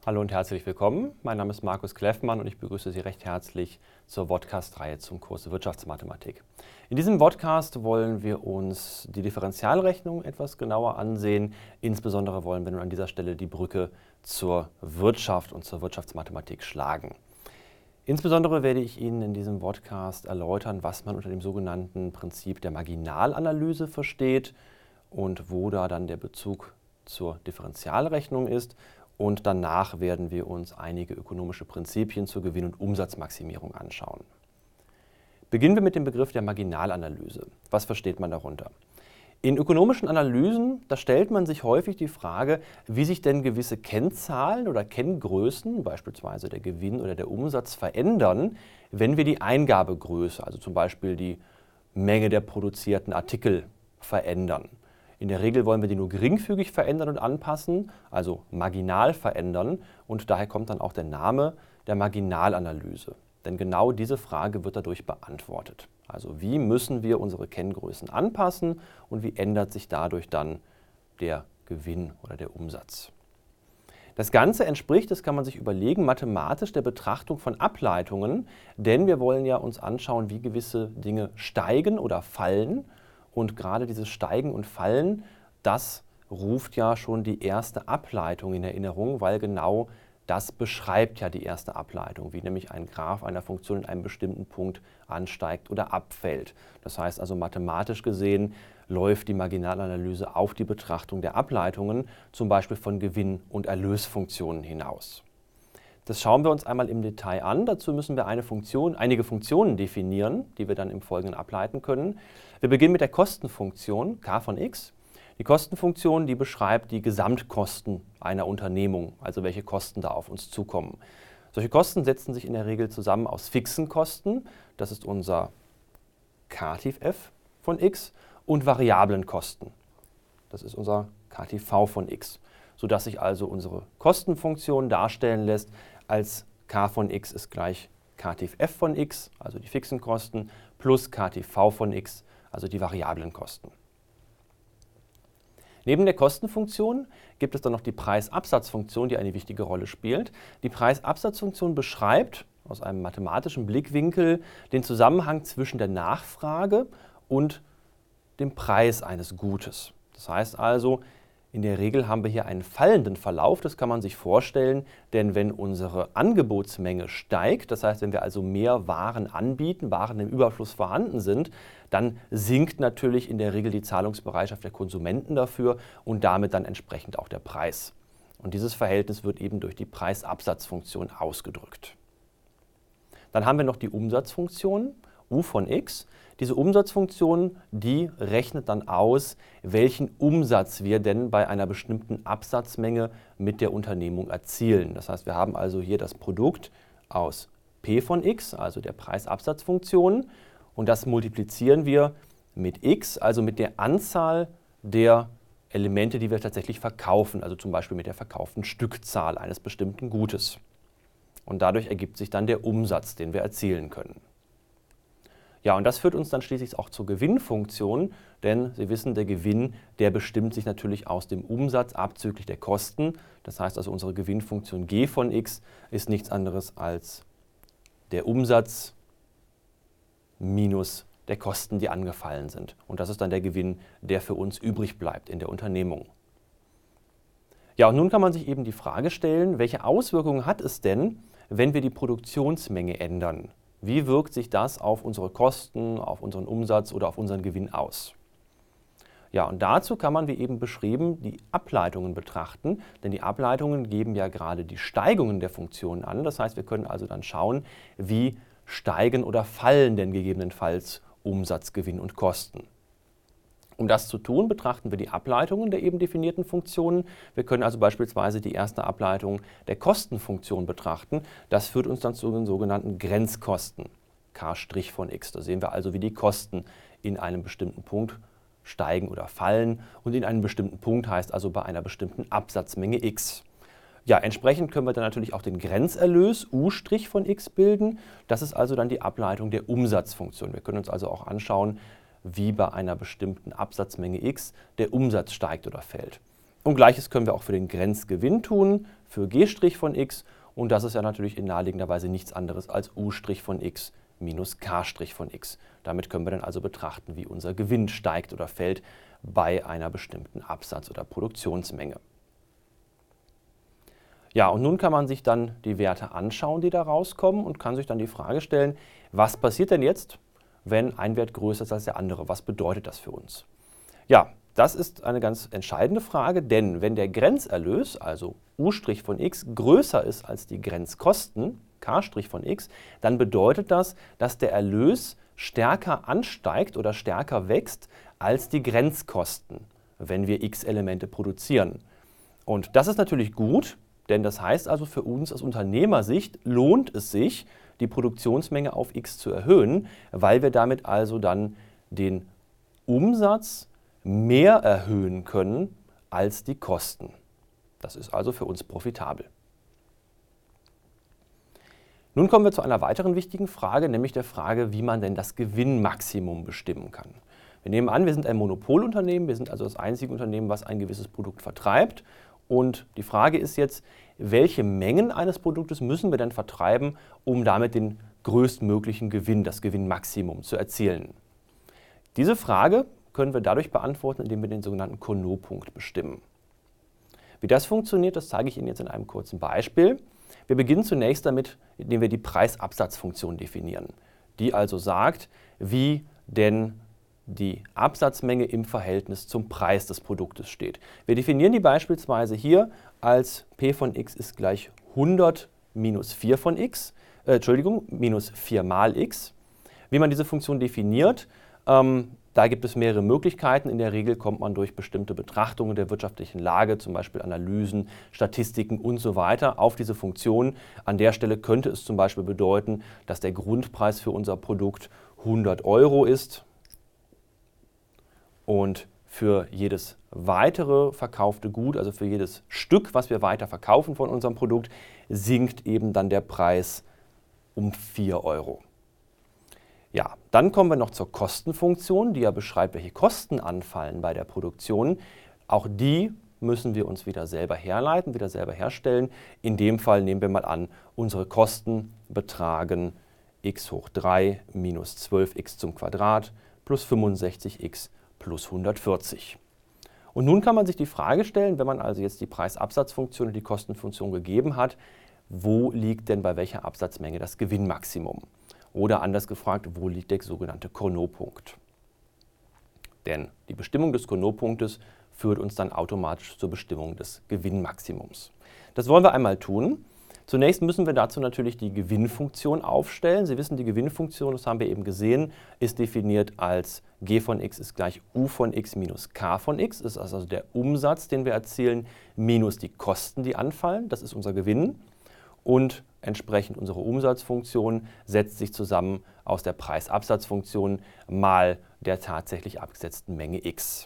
Hallo und herzlich willkommen. Mein Name ist Markus Kleffmann und ich begrüße Sie recht herzlich zur Vodcast-Reihe zum Kurs Wirtschaftsmathematik. In diesem Vodcast wollen wir uns die Differentialrechnung etwas genauer ansehen. Insbesondere wollen wir nun an dieser Stelle die Brücke zur Wirtschaft und zur Wirtschaftsmathematik schlagen. Insbesondere werde ich Ihnen in diesem Vodcast erläutern, was man unter dem sogenannten Prinzip der Marginalanalyse versteht und wo da dann der Bezug zur Differentialrechnung ist. Und danach werden wir uns einige ökonomische Prinzipien zur Gewinn- und Umsatzmaximierung anschauen. Beginnen wir mit dem Begriff der Marginalanalyse. Was versteht man darunter? In ökonomischen Analysen, da stellt man sich häufig die Frage, wie sich denn gewisse Kennzahlen oder Kenngrößen, beispielsweise der Gewinn oder der Umsatz, verändern, wenn wir die Eingabegröße, also zum Beispiel die Menge der produzierten Artikel, verändern. In der Regel wollen wir die nur geringfügig verändern und anpassen, also marginal verändern, und daher kommt dann auch der Name der Marginalanalyse. Denn genau diese Frage wird dadurch beantwortet. Also wie müssen wir unsere Kenngrößen anpassen und wie ändert sich dadurch dann der Gewinn oder der Umsatz? Das Ganze entspricht, das kann man sich überlegen, mathematisch der Betrachtung von Ableitungen, denn wir wollen ja uns anschauen, wie gewisse Dinge steigen oder fallen. Und gerade dieses Steigen und Fallen, das ruft ja schon die erste Ableitung in Erinnerung, weil genau das beschreibt ja die erste Ableitung, wie nämlich ein Graph einer Funktion in einem bestimmten Punkt ansteigt oder abfällt. Das heißt also mathematisch gesehen läuft die Marginalanalyse auf die Betrachtung der Ableitungen, zum Beispiel von Gewinn- und Erlösfunktionen hinaus. Das schauen wir uns einmal im Detail an. Dazu müssen wir einige Funktionen definieren, die wir dann im Folgenden ableiten können. Wir beginnen mit der Kostenfunktion k von x. Die Kostenfunktion, die beschreibt die Gesamtkosten einer Unternehmung, also welche Kosten da auf uns zukommen. Solche Kosten setzen sich in der Regel zusammen aus fixen Kosten, das ist unser Ktiv f von x, und variablen Kosten, das ist unser Ktiv von x, sodass sich also unsere Kostenfunktion darstellen lässt als k von x ist gleich Ktiv f von x, also die fixen Kosten, plus Ktiv von x, also die variablen Kosten. Neben der Kostenfunktion gibt es dann noch die Preisabsatzfunktion, die eine wichtige Rolle spielt. Die Preisabsatzfunktion beschreibt aus einem mathematischen Blickwinkel den Zusammenhang zwischen der Nachfrage und dem Preis eines Gutes. Das heißt also, in der Regel haben wir hier einen fallenden Verlauf, das kann man sich vorstellen, denn wenn unsere Angebotsmenge steigt, das heißt, wenn wir also mehr Waren anbieten, Waren im Überfluss vorhanden sind, dann sinkt natürlich in der Regel die Zahlungsbereitschaft der Konsumenten dafür und damit dann entsprechend auch der Preis. Und dieses Verhältnis wird eben durch die Preisabsatzfunktion ausgedrückt. Dann haben wir noch die Umsatzfunktion, u von x. Diese Umsatzfunktion, die rechnet dann aus, welchen Umsatz wir denn bei einer bestimmten Absatzmenge mit der Unternehmung erzielen. Das heißt, wir haben also hier das Produkt aus p von x, also der Preisabsatzfunktion, und das multiplizieren wir mit x, also mit der Anzahl der Elemente, die wir tatsächlich verkaufen, also zum Beispiel mit der verkauften Stückzahl eines bestimmten Gutes. Und dadurch ergibt sich dann der Umsatz, den wir erzielen können. Ja, und das führt uns dann schließlich auch zur Gewinnfunktion, denn Sie wissen, der Gewinn, der bestimmt sich natürlich aus dem Umsatz abzüglich der Kosten. Das heißt also, unsere Gewinnfunktion g von x ist nichts anderes als der Umsatz minus der Kosten, die angefallen sind. Und das ist dann der Gewinn, der für uns übrig bleibt in der Unternehmung. Ja, und nun kann man sich eben die Frage stellen, welche Auswirkungen hat es denn, wenn wir die Produktionsmenge ändern? Wie wirkt sich das auf unsere Kosten, auf unseren Umsatz oder auf unseren Gewinn aus? Ja, und dazu kann man, wie eben beschrieben, die Ableitungen betrachten, denn die Ableitungen geben ja gerade die Steigungen der Funktionen an. Das heißt, wir können also dann schauen, wie steigen oder fallen denn gegebenenfalls Umsatz, Gewinn und Kosten. Um das zu tun, betrachten wir die Ableitungen der eben definierten Funktionen. Wir können also beispielsweise die erste Ableitung der Kostenfunktion betrachten. Das führt uns dann zu den sogenannten Grenzkosten, k' von x. Da sehen wir also, wie die Kosten in einem bestimmten Punkt steigen oder fallen. Und in einem bestimmten Punkt heißt also bei einer bestimmten Absatzmenge x. Ja, entsprechend können wir dann natürlich auch den Grenzerlös u' von x bilden. Das ist also dann die Ableitung der Umsatzfunktion. Wir können uns also auch anschauen, wie bei einer bestimmten Absatzmenge x der Umsatz steigt oder fällt. Und Gleiches können wir auch für den Grenzgewinn tun, für g' von x. Und das ist ja natürlich in naheliegender Weise nichts anderes als u' von x minus k' von x. Damit können wir dann also betrachten, wie unser Gewinn steigt oder fällt bei einer bestimmten Absatz- oder Produktionsmenge. Ja, und nun kann man sich dann die Werte anschauen, die da rauskommen, und kann sich dann die Frage stellen, was passiert denn jetzt, wenn ein Wert größer ist als der andere? Was bedeutet das für uns? Ja, das ist eine ganz entscheidende Frage, denn wenn der Grenzerlös, also u' von x, größer ist als die Grenzkosten, k' von x, dann bedeutet das, dass der Erlös stärker ansteigt oder stärker wächst als die Grenzkosten, wenn wir x Elemente produzieren. Und das ist natürlich gut, denn das heißt also für uns aus Unternehmersicht lohnt es sich, die Produktionsmenge auf x zu erhöhen, weil wir damit also dann den Umsatz mehr erhöhen können als die Kosten. Das ist also für uns profitabel. Nun kommen wir zu einer weiteren wichtigen Frage, nämlich der Frage, wie man denn das Gewinnmaximum bestimmen kann. Wir nehmen an, wir sind ein Monopolunternehmen, wir sind also das einzige Unternehmen, was ein gewisses Produkt vertreibt. Und die Frage ist jetzt, welche Mengen eines Produktes müssen wir denn vertreiben, um damit den größtmöglichen Gewinn, das Gewinnmaximum zu erzielen? Diese Frage können wir dadurch beantworten, indem wir den sogenannten Cournot-Punkt bestimmen. Wie das funktioniert, das zeige ich Ihnen jetzt in einem kurzen Beispiel. Wir beginnen zunächst damit, indem wir die Preisabsatzfunktion definieren, die also sagt, wie denn die Absatzmenge im Verhältnis zum Preis des Produktes steht. Wir definieren die beispielsweise hier als p von x ist gleich 100 minus 4 von x, minus 4 mal x. Wie man diese Funktion definiert, da gibt es mehrere Möglichkeiten. In der Regel kommt man durch bestimmte Betrachtungen der wirtschaftlichen Lage, zum Beispiel Analysen, Statistiken und so weiter, auf diese Funktion. An der Stelle könnte es zum Beispiel bedeuten, dass der Grundpreis für unser Produkt 100 Euro ist und für jedes weitere verkaufte Gut, also für jedes Stück, was wir weiter verkaufen von unserem Produkt, sinkt eben dann der Preis um 4 Euro. Ja, dann kommen wir noch zur Kostenfunktion, die ja beschreibt, welche Kosten anfallen bei der Produktion. Auch die müssen wir uns wieder selber herleiten, wieder selber herstellen. In dem Fall nehmen wir mal an, unsere Kosten betragen x hoch 3 minus 12x zum Quadrat plus 65x plus 140. Und nun kann man sich die Frage stellen, wenn man also jetzt die Preisabsatzfunktion und die Kostenfunktion gegeben hat, wo liegt denn bei welcher Absatzmenge das Gewinnmaximum? Oder anders gefragt, wo liegt der sogenannte Cournot-Punkt? Denn die Bestimmung des Cournot-Punktes führt uns dann automatisch zur Bestimmung des Gewinnmaximums. Das wollen wir einmal tun. Zunächst müssen wir dazu natürlich die Gewinnfunktion aufstellen. Sie wissen, die Gewinnfunktion, das haben wir eben gesehen, ist definiert als g von x ist gleich u von x minus k von x. Das ist also der Umsatz, den wir erzielen, minus die Kosten, die anfallen. Das ist unser Gewinn. Und entsprechend unsere Umsatzfunktion setzt sich zusammen aus der Preisabsatzfunktion mal der tatsächlich abgesetzten Menge x.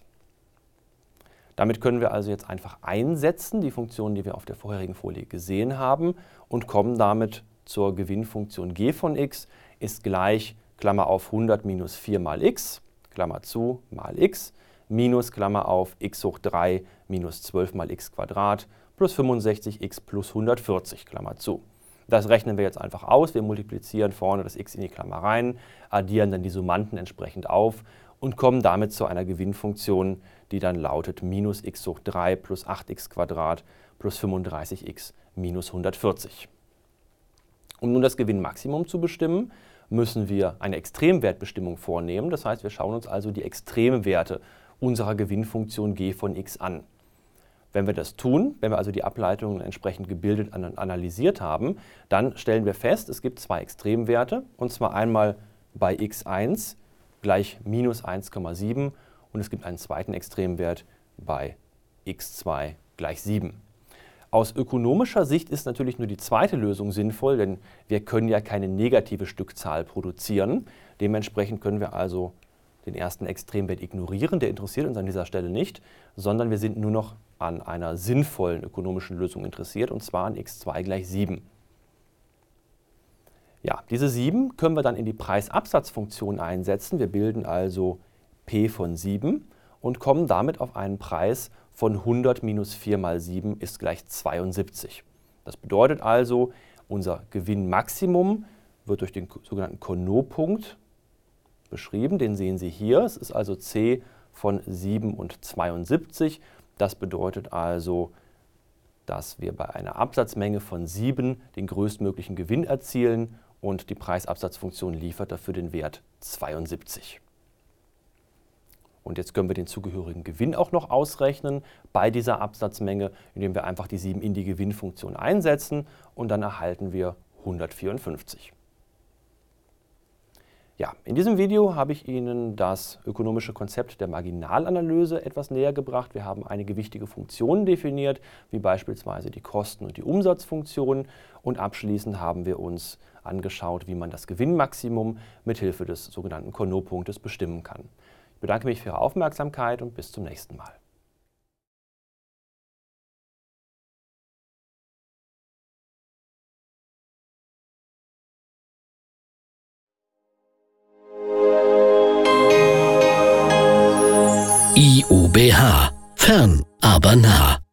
Damit können wir also jetzt einfach einsetzen, die Funktion, die wir auf der vorherigen Folie gesehen haben, und kommen damit zur Gewinnfunktion g von x ist gleich, Klammer auf, 100 minus 4 mal x, Klammer zu, mal x, minus, Klammer auf, x hoch 3 minus 12 mal x Quadrat plus 65x plus 140, Klammer zu. Das rechnen wir jetzt einfach aus. Wir multiplizieren vorne das x in die Klammer rein, addieren dann die Summanden entsprechend auf und kommen damit zu einer Gewinnfunktion, die dann lautet minus x hoch 3 plus 8x Quadrat plus 35x minus 140. Um nun das Gewinnmaximum zu bestimmen, müssen wir eine Extremwertbestimmung vornehmen. Das heißt, wir schauen uns also die Extremwerte unserer Gewinnfunktion g von x an. Wenn wir das tun, wenn wir also die Ableitungen entsprechend gebildet und analysiert haben, dann stellen wir fest, es gibt zwei Extremwerte, und zwar einmal bei x1 gleich minus 1,7 und es gibt einen zweiten Extremwert bei x2 gleich 7. Aus ökonomischer Sicht ist natürlich nur die zweite Lösung sinnvoll, denn wir können ja keine negative Stückzahl produzieren. Dementsprechend können wir also den ersten Extremwert ignorieren, der interessiert uns an dieser Stelle nicht, sondern wir sind nur noch an einer sinnvollen ökonomischen Lösung interessiert, und zwar an x2 gleich 7. Ja, diese 7 können wir dann in die Preisabsatzfunktion einsetzen. Wir bilden also p von 7 und kommen damit auf einen Preis von 100 minus 4 mal 7 ist gleich 72. Das bedeutet also, unser Gewinnmaximum wird durch den sogenannten Cournot-Punkt beschrieben. Den sehen Sie hier. Es ist also C von 7 und 72. Das bedeutet also, dass wir bei einer Absatzmenge von 7 den größtmöglichen Gewinn erzielen und die Preisabsatzfunktion liefert dafür den Wert 72. Und jetzt können wir den zugehörigen Gewinn auch noch ausrechnen bei dieser Absatzmenge, indem wir einfach die 7 in die Gewinnfunktion einsetzen und dann erhalten wir 154. Ja, in diesem Video habe ich Ihnen das ökonomische Konzept der Marginalanalyse etwas näher gebracht. Wir haben einige wichtige Funktionen definiert, wie beispielsweise die Kosten- und die Umsatzfunktionen. Und abschließend haben wir uns angeschaut, wie man das Gewinnmaximum mithilfe des sogenannten Cournot-Punktes bestimmen kann. Ich bedanke mich für Ihre Aufmerksamkeit und bis zum nächsten Mal. IUBH. Fern, aber nah.